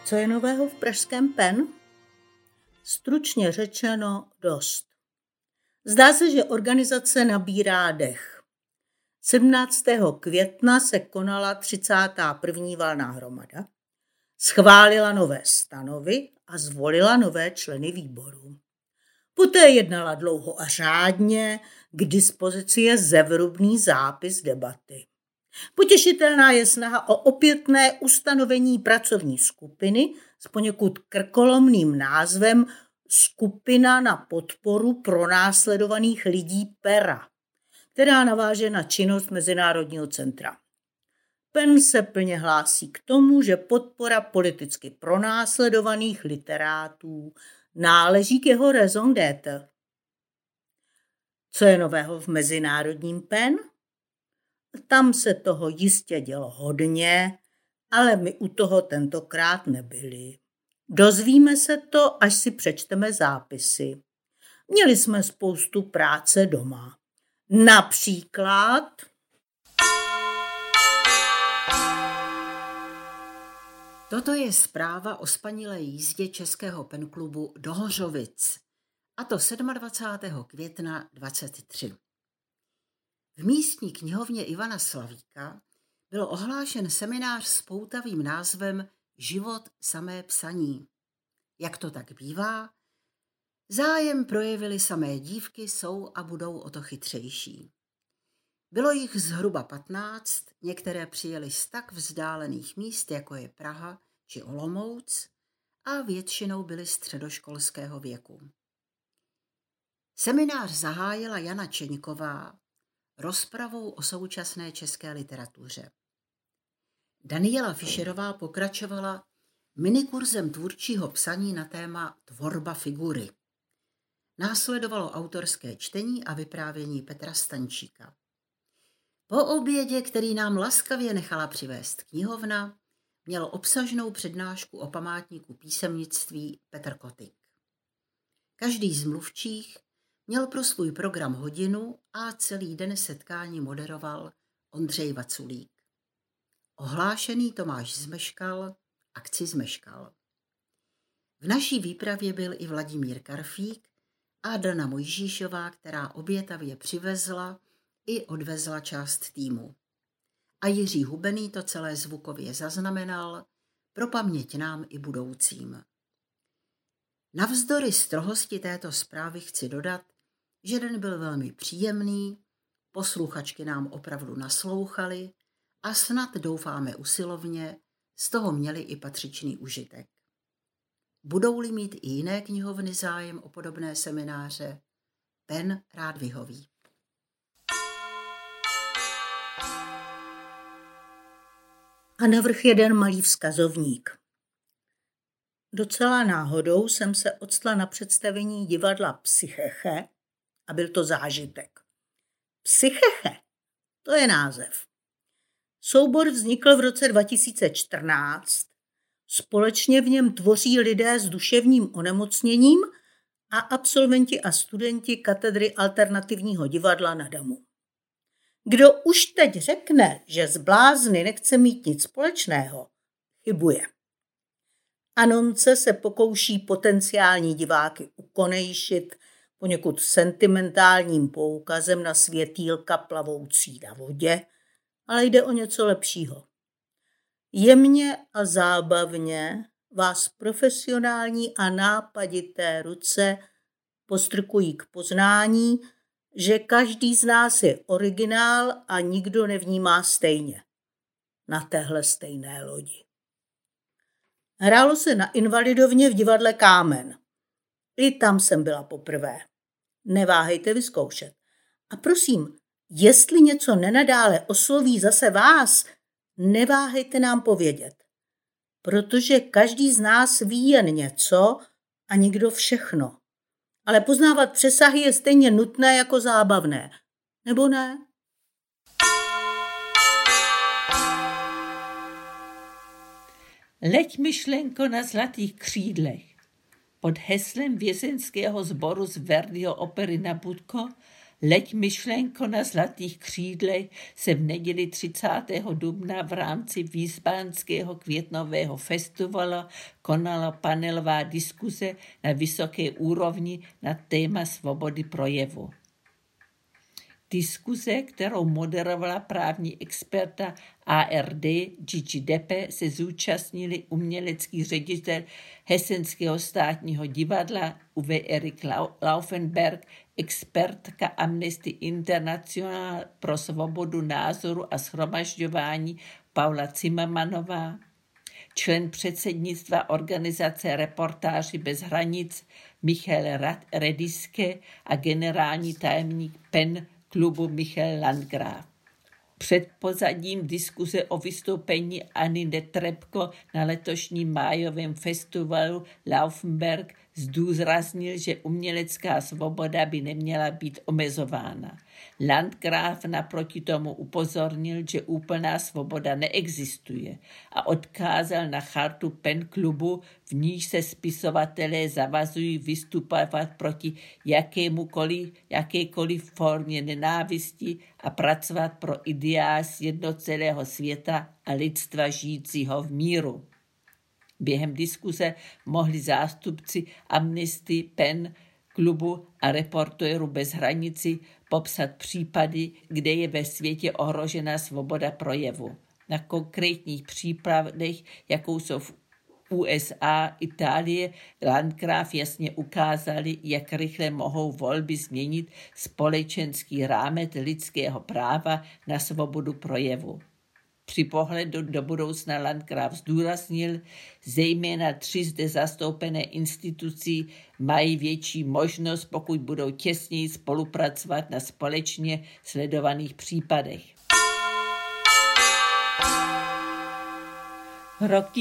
Co je nového v pražském PEN? Stručně řečeno dost. Zdá se, že organizace nabírá dech. 17. května se konala 31. valná hromada, schválila nové stanovy a zvolila nové členy výboru. Poté jednala dlouho a řádně, k dispozici je zevrubný zápis debaty. Potěšitelná je snaha o opětné ustanovení pracovní skupiny s poněkud krkolomným názvem Skupina na podporu pronásledovaných lidí PERA, která naváže na činnost Mezinárodního centra. PEN se plně hlásí k tomu, že podpora politicky pronásledovaných literátů náleží k jeho raison d'être. Co je nového v Mezinárodním PEN? Tam se toho jistě dělo hodně, ale my u toho tentokrát nebyli. Dozvíme se to, až si přečteme zápisy. Měli jsme spoustu práce doma. Například... Toto je zpráva o spanilé jízdě Českého penklubu do Hořovic, a to 27. května 23. V místní knihovně Ivana Slavíka byl ohlášen seminář s poutavým názvem Život samé psaní. Jak to tak bývá, zájem projevily samé dívky, jsou a budou o to chytřejší. Bylo jich zhruba 15, některé přijeli z tak vzdálených míst, jako je Praha či Olomouc, a většinou byly středoškolského věku. Seminář zahájila Jana Čeňková rozpravou o současné české literatuře. Daniela Fischerová pokračovala minikurzem tvůrčího psaní na téma Tvorba figury. Následovalo autorské čtení a vyprávění Petra Stančíka. Po obědě, který nám laskavě nechala přivést knihovna, měl obsažnou přednášku o památníku písemnictví Petr Kotik. Každý z mluvčích měl pro svůj program hodinu a celý den setkání moderoval Ondřej Vaculík. Ohlášený Tomáš Zmeškal akci zmeškal. V naší výpravě byl i Vladimír Karfík a Dana Mojžíšová, která obětavě přivezla i odvezla část týmu. A Jiří Hubený to celé zvukově zaznamenal pro paměť nám i budoucím. Navzdory strohosti této zprávy chci dodat, že den byl velmi příjemný, posluchačky nám opravdu naslouchaly a snad doufáme usilovně, z toho měli i patřičný užitek. Budou-li mít i jiné knihovny zájem o podobné semináře, PEN rád vyhoví. A navrch jeden malý vzkazovník. Docela náhodou jsem se octla na představení divadla Psycheche a byl to zážitek. Psycheche, to je název. Soubor vznikl v roce 2014, společně v něm tvoří lidé s duševním onemocněním a absolventi a studenti katedry alternativního divadla na Damu. Kdo už teď řekne, že z blázny nechce mít nic společného, chybuje. Anonce se pokouší potenciální diváky ukonejšit poněkud sentimentálním poukazem na světýlka plavoucí na vodě, ale jde o něco lepšího. Jemně a zábavně vás profesionální a nápadité ruce postrkují k poznání, že každý z nás je originál a nikdo nevnímá stejně na téhle stejné lodi. Hrálo se na Invalidovně v divadle Kámen. I tam jsem byla poprvé. Neváhejte vyzkoušet. A prosím, jestli něco nenadále osloví zase vás, neváhejte nám povědět. Protože každý z nás ví jen něco a nikdo všechno. Ale poznávat přesahy je stejně nutné jako zábavné. Nebo ne? Leď myšlenko na zlatých křídlech. Pod heslem vězeňského sboru z Verdiho opery Nabucco Leď myšlenko na zlatých křídlech se v neděli 30. dubna v rámci Wiesbadenského květnového festivalu konala panelová diskuze na vysoké úrovni na téma svobody projevu. Diskuze, kterou moderovala právní experta ARD Gigi Deppe, se zúčastnili umělecký ředitel Hesenského státního divadla Uwe Erik Laufenberg, expertka Amnesty International pro svobodu názoru a shromažďování Paula Zimmermannová, člen předsednictva organizace Reportáři bez hranic Michael Rediske a generální tajemník PEN klubu Michael Landgraf. Před pozadím diskuze o vystoupení Anny Netrebko na letošním májovém festivalu Laufenberg zdůraznil, že umělecká svoboda by neměla být omezována. Landgraf naproti tomu upozornil, že úplná svoboda neexistuje a odkázal na chartu PEN klubu, v níž se spisovatelé zavazují vystupovat proti jakékoliv formě nenávisti a pracovat pro ideál sjednoceného světa a lidstva žijícího v míru. Během diskuse mohli zástupci Amnesty, PEN klubu a Reportérů bez hranici popsat případy, kde je ve světě ohrožena svoboda projevu. Na konkrétních případech, jakou jsou v USA, Itálie, Landgraf jasně ukázali, jak rychle mohou volby změnit společenský rámec lidského práva na svobodu projevu. Při pohledu do budoucna Landgraf zdůraznil, zejména 3 zde zastoupené institucí mají větší možnost, pokud budou těsněji spolupracovat na společně sledovaných případech. Rok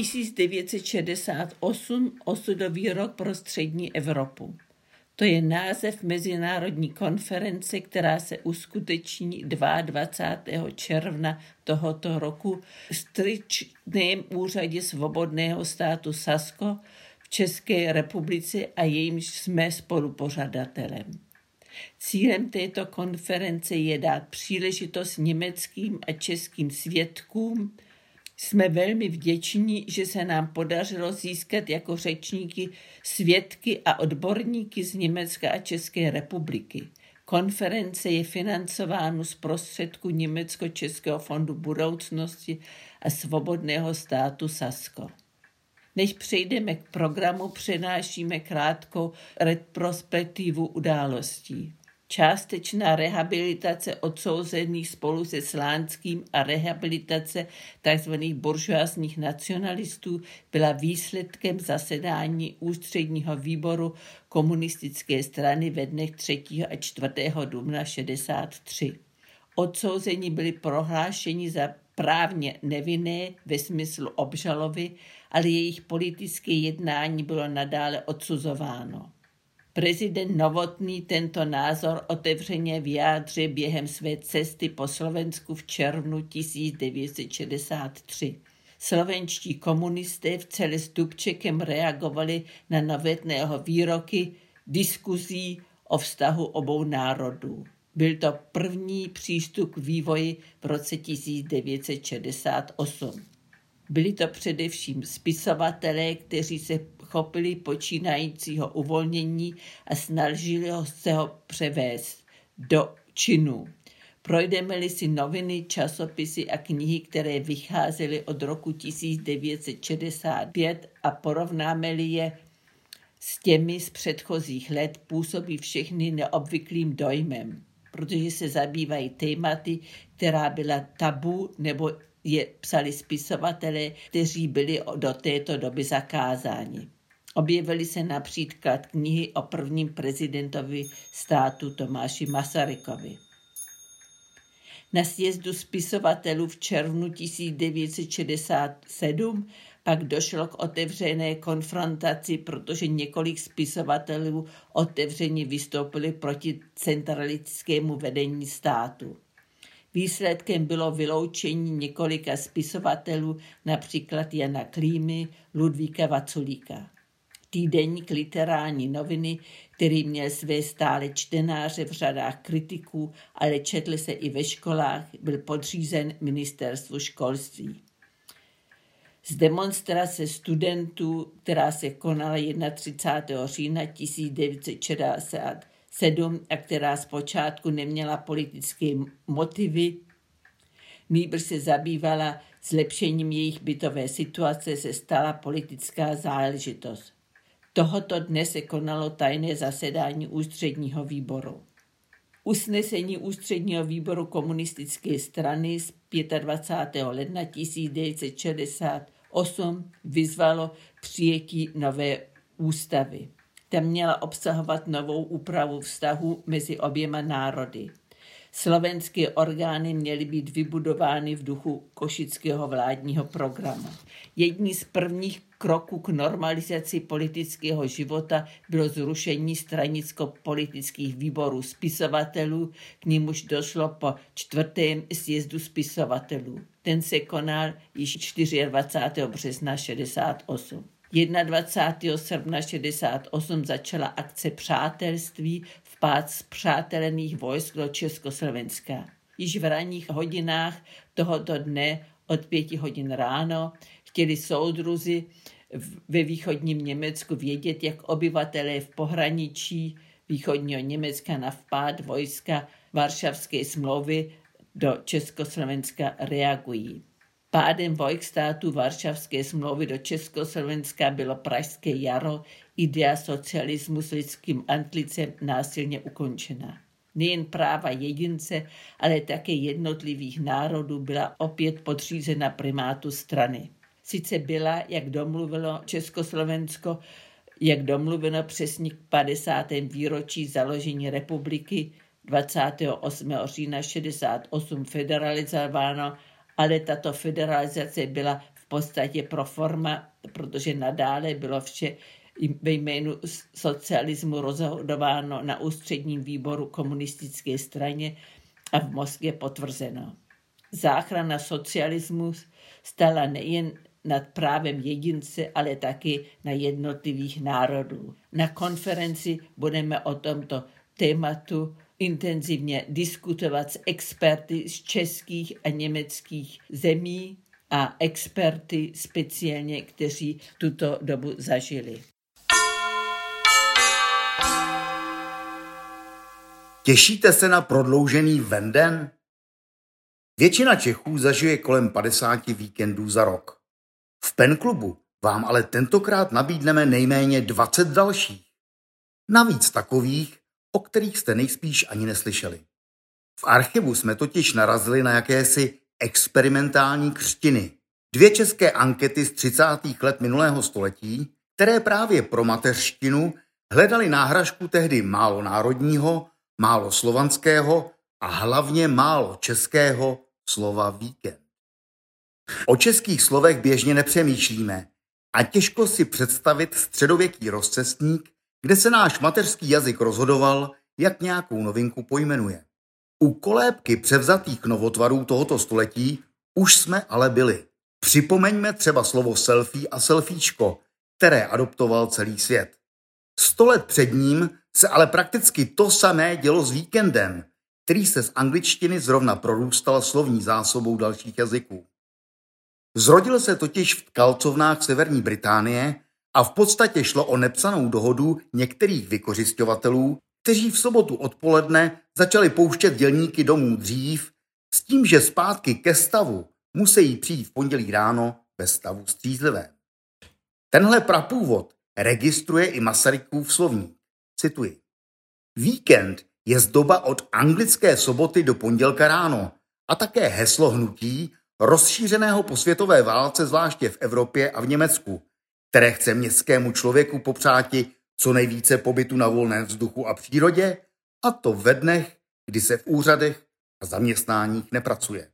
1968, osudový rok pro střední Evropu. To je název mezinárodní konference, která se uskuteční 22. června tohoto roku v styčném úřadě svobodného státu Sasko v České republice a jejímž jsme spolupořadatelem. Cílem této konference je dát příležitost německým a českým svědkům. Jsme velmi vděční, že se nám podařilo získat jako řečníky svědky a odborníky z Německa a České republiky. Konference je financována z prostředků Německo-Českého fondu budoucnosti a svobodného státu Sasko. Než přejdeme k programu, přenášíme krátkou retrospektivu událostí. Částečná rehabilitace odsouzených spolu se Slánským a rehabilitace tzv. Buržoazních nacionalistů byla výsledkem zasedání ústředního výboru komunistické strany ve dnech 3. a 4. dubna 1963. Odsouzení byli prohlášeni za právně nevinné ve smyslu obžaloby, ale jejich politické jednání bylo nadále odsuzováno. Prezident Novotný tento názor otevřeně vyjádřil během své cesty po Slovensku v červnu 1963. Slovenští komunisté v čele s Dubčekem reagovali na Novotného výroky diskuzí o vztahu obou národů. Byl to první přístup k vývoji v roce 1968. Byli to především spisovatelé, kteří se chopili počínajícího uvolnění a snažili se ho převést do činu. Projdeme-li si noviny, časopisy a knihy, které vycházely od roku 1965 a porovnáme-li je s těmi z předchozích let, působí všechny neobvyklým dojmem, protože se zabývají tématy, která byla tabu nebo je psali spisovatelé, kteří byli do této doby zakázáni. Objevily se například knihy o prvním prezidentovi státu Tomáši Masarykovi. Na sjezdu spisovatelů v červnu 1967 pak došlo k otevřené konfrontaci, protože několik spisovatelů otevřeně vystoupili proti centralistickému vedení státu. Výsledkem bylo vyloučení několika spisovatelů, například Jana Klímy, Ludvíka Vaculíka. Týdeník Literární noviny, který měl své stále čtenáře v řadách kritiků, ale četl se i ve školách, byl podřízen ministerstvu školství. Z demonstrace studentů, která se konala 31. října 1967 a která zpočátku neměla politické motivy, nýbrž se zabývala zlepšením jejich bytové situace, se stala politická záležitost. Tohoto dne se konalo tajné zasedání ústředního výboru. Usnesení ústředního výboru komunistické strany z 25. ledna 1968 vyzvalo přijetí nové ústavy. Ta měla obsahovat novou úpravu vztahu mezi oběma národy. Slovenské orgány měly být vybudovány v duchu košického vládního programu. Jedním z prvních kroků k normalizaci politického života bylo zrušení stranicko-politických výborů spisovatelů, k nímuž došlo po 4. sjezdu spisovatelů. Ten se konal již 24. března 68. 21. srpna 68 začala akce přátelství vpád spřátelených vojsk do Československa. Již v ranních hodinách tohoto dne od 5 hodin ráno chtěli soudruzi ve východním Německu vědět, jak obyvatelé v pohraničí východního Německa na vpád vojska Varšavské smlouvy do Československa reagují. Pádem vojsk států Varšavské smlouvy do Československa bylo Pražské jaro, idea socialismu s lidským antlicem násilně ukončena. Nejen práva jedince, ale také jednotlivých národů byla opět podřízena primátu strany. Sice byla, jak domluvilo Československo, jak domluveno přesně k 50. výročí založení republiky 28. října 68 federalizováno, ale tato federalizace byla v podstatě pro forma, protože nadále bylo vše ve jménu socialismu rozhodováno na ústředním výboru komunistické straně a v Moskvě potvrzeno. Záchrana socialismu stala nejen nad právem jedince, ale také na jednotlivých národů. Na konferenci budeme o tomto tématu intenzivně diskutovat s experty z českých a německých zemí a experty speciálně, kteří tuto dobu zažili. Těšíte se na prodloužený Venden? Většina Čechů zažije kolem 50 víkendů za rok. V Pen klubu vám ale tentokrát nabídneme nejméně 20 dalších. Navíc takových, o kterých jste nejspíš ani neslyšeli. V archivu jsme totiž narazili na jakési experimentální křtiny. 2 české ankety z 30. let minulého století, které právě pro mateřštinu hledali náhražku tehdy málo národního, málo slovanského a hlavně málo českého slova víkend. O českých slovech běžně nepřemýšlíme a těžko si představit středověký rozcestník, kde se náš mateřský jazyk rozhodoval, jak nějakou novinku pojmenuje. U kolébky převzatých novotvarů tohoto století už jsme ale byli. Připomeňme třeba slovo selfie a selfiečko, které adoptoval celý svět. 100 let před ním se ale prakticky to samé dělo s víkendem, který se z angličtiny zrovna prorůstal slovní zásobou dalších jazyků. Zrodil se totiž v tkalcovnách Severní Británie a v podstatě šlo o nepsanou dohodu některých vykořisťovatelů, kteří v sobotu odpoledne začali pouštět dělníky domů dřív, s tím, že zpátky ke stavu musí přijít v pondělí ráno ve stavu střízlivém. Tenhle prapůvod registruje i Masarykův slovník. Cituji. Víkend je doba od anglické soboty do pondělka ráno a také heslo hnutí, rozšířeného po světové válce, zvláště v Evropě a v Německu, které chce městskému člověku popřáti co nejvíce pobytu na volném vzduchu a přírodě, a to ve dnech, kdy se v úřadech a zaměstnáních nepracuje.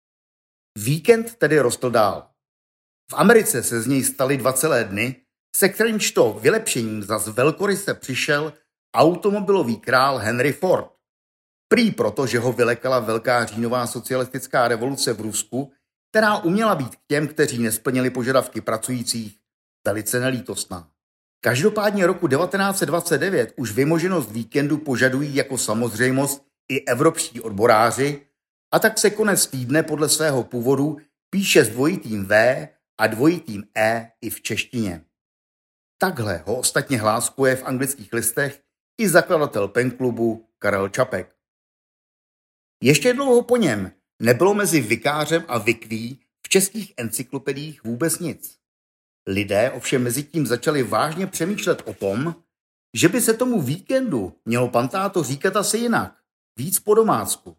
Víkend tedy rostl dál. V Americe se z něj staly 2 celé dny, se kterýmž to vylepšením zas velkoryse přišel automobilový král Henry Ford. Prý proto, že ho vylekala velká říjnová socialistická revoluce v Rusku, která uměla být k těm, kteří nesplnili požadavky pracujících, velice nelítostná. Každopádně roku 1929 už vymoženost víkendu požadují jako samozřejmost i evropští odboráři, a tak se konec týdne podle svého původu píše s dvojitým V a dvojitým E i v češtině. Takhle ho ostatně hláskuje v anglických listech i zakladatel penklubu Karel Čapek. Ještě dlouho po něm nebylo mezi vikářem a vikví v českých encyklopediích vůbec nic. Lidé ovšem mezi tím začali vážně přemýšlet o tom, že by se tomu víkendu mělo pantáto říkat asi jinak, víc po domácku.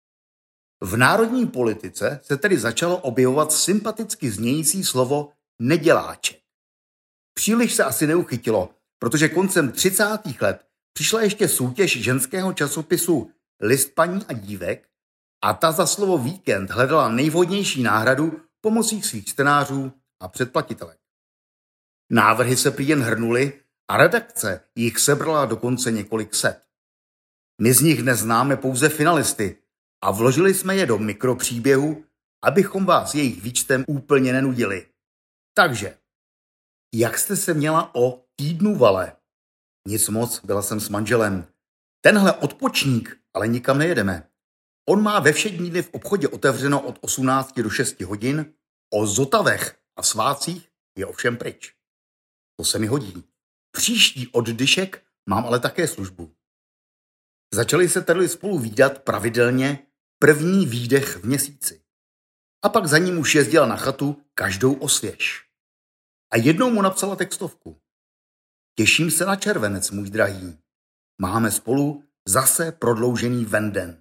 V národní politice se tedy začalo objevovat sympaticky znějící slovo neděláček. Příliš se asi neuchytilo, protože koncem 30. let přišla ještě soutěž ženského časopisu List paní a dívek a ta za slovo víkend hledala nejvhodnější náhradu pomocí svých čtenářů a předplatitelek. Návrhy se prý jen hrnuly a redakce jich sebrala dokonce několik set. My z nich dnes známe pouze finalisty a vložili jsme je do mikropříběhu, abychom vás jejich výčtem úplně nenudili. Takže, jak jste se měla o týdnu Vale? Nic moc, byla jsem s manželem. Tenhle odpočník, ale nikam nejedeme. On má ve všední dny v obchodě otevřeno od 18 do 6 hodin, o zotavech a svácích je ovšem pryč. To se mi hodí. Příští oddyšek mám ale také službu. Začali se tedy spolu vídat pravidelně první výdech v měsíci. A pak za ním už jezdila na chatu každou osvěž. A jednou mu napsala textovku. Těším se na červenec, můj drahý. Máme spolu zase prodloužený venden.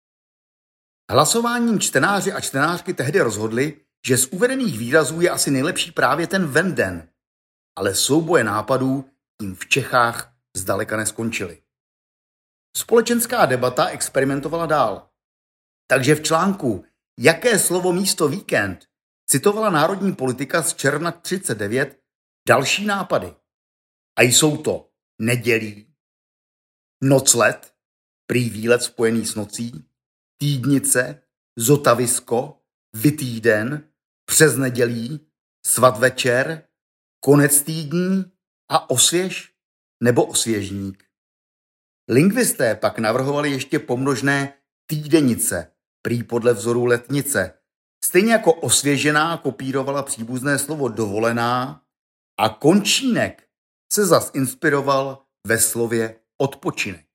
Hlasováním čtenáři a čtenářky tehdy rozhodli, že z uvedených výrazů je asi nejlepší právě ten venden, ale souboje nápadů tím v Čechách zdaleka neskončily. Společenská debata experimentovala dál. Takže v článku Jaké slovo místo víkend citovala národní politika z června 1939 další nápady. A jsou to nedělí, noclet, prý výlet spojený s nocí, týdnice, zotavisko, vytýden, přes nedělí, svatvečer, konec týdní a osvěž nebo osvěžník. Lingvisté pak navrhovali ještě pomnožné týdenice, prý podle vzoru letnice. Stejně jako osvěžená kopírovala příbuzné slovo dovolená a končínek se zas inspiroval ve slově odpočinek.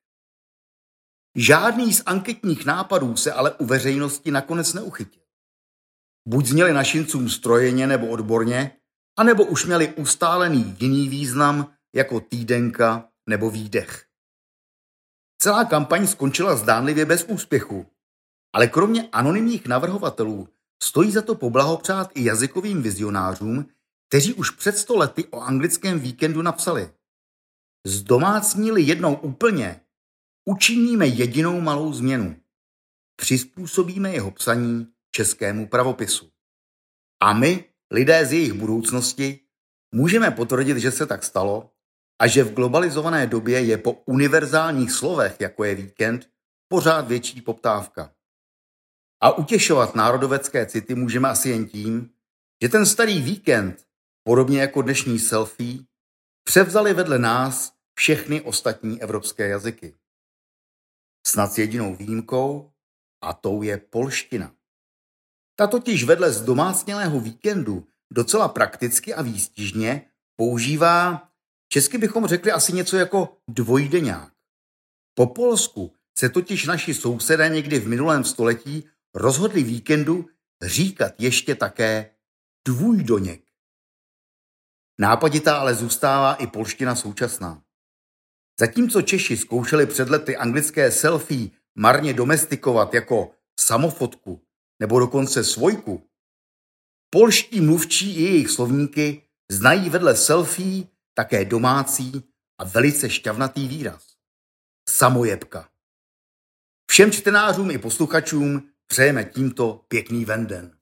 Žádný z anketních nápadů se ale u veřejnosti nakonec neuchytil. Buď zněli našincům strojeně nebo odborně, anebo už měli ustálený jiný význam jako týdenka nebo výdech. Celá kampaň skončila zdánlivě bez úspěchu, ale kromě anonymních navrhovatelů stojí za to poblahopřát i jazykovým vizionářům, kteří už před 100 lety o anglickém víkendu napsali. Zdomácní-li jednou úplně, učiníme jedinou malou změnu. Přizpůsobíme jeho psaní českému pravopisu. A my, lidé z jejich budoucnosti, můžeme potvrdit, že se tak stalo a že v globalizované době je po univerzálních slovech, jako je víkend, pořád větší poptávka. A utěšovat národovecké city můžeme asi jen tím, že ten starý víkend, podobně jako dnešní selfie, převzali vedle nás všechny ostatní evropské jazyky. Snad s jedinou výjimkou, a tou je polština. Ta totiž vedle zdomácnělého víkendu docela prakticky a výstižně používá, česky bychom řekli asi něco jako dvojdeňák. Po polsku se totiž naši sousedé někdy v minulém století rozhodli víkendu říkat ještě také dvůjdoněk. Nápaditá ale zůstává i polština současná. Zatímco Češi zkoušeli před lety anglické selfie marně domestikovat jako samofotku nebo dokonce svojku, polští mluvčí i jejich slovníky znají vedle selfie také domácí a velice šťavnatý výraz. Samojebka. Všem čtenářům i posluchačům přejeme tímto pěkný venden.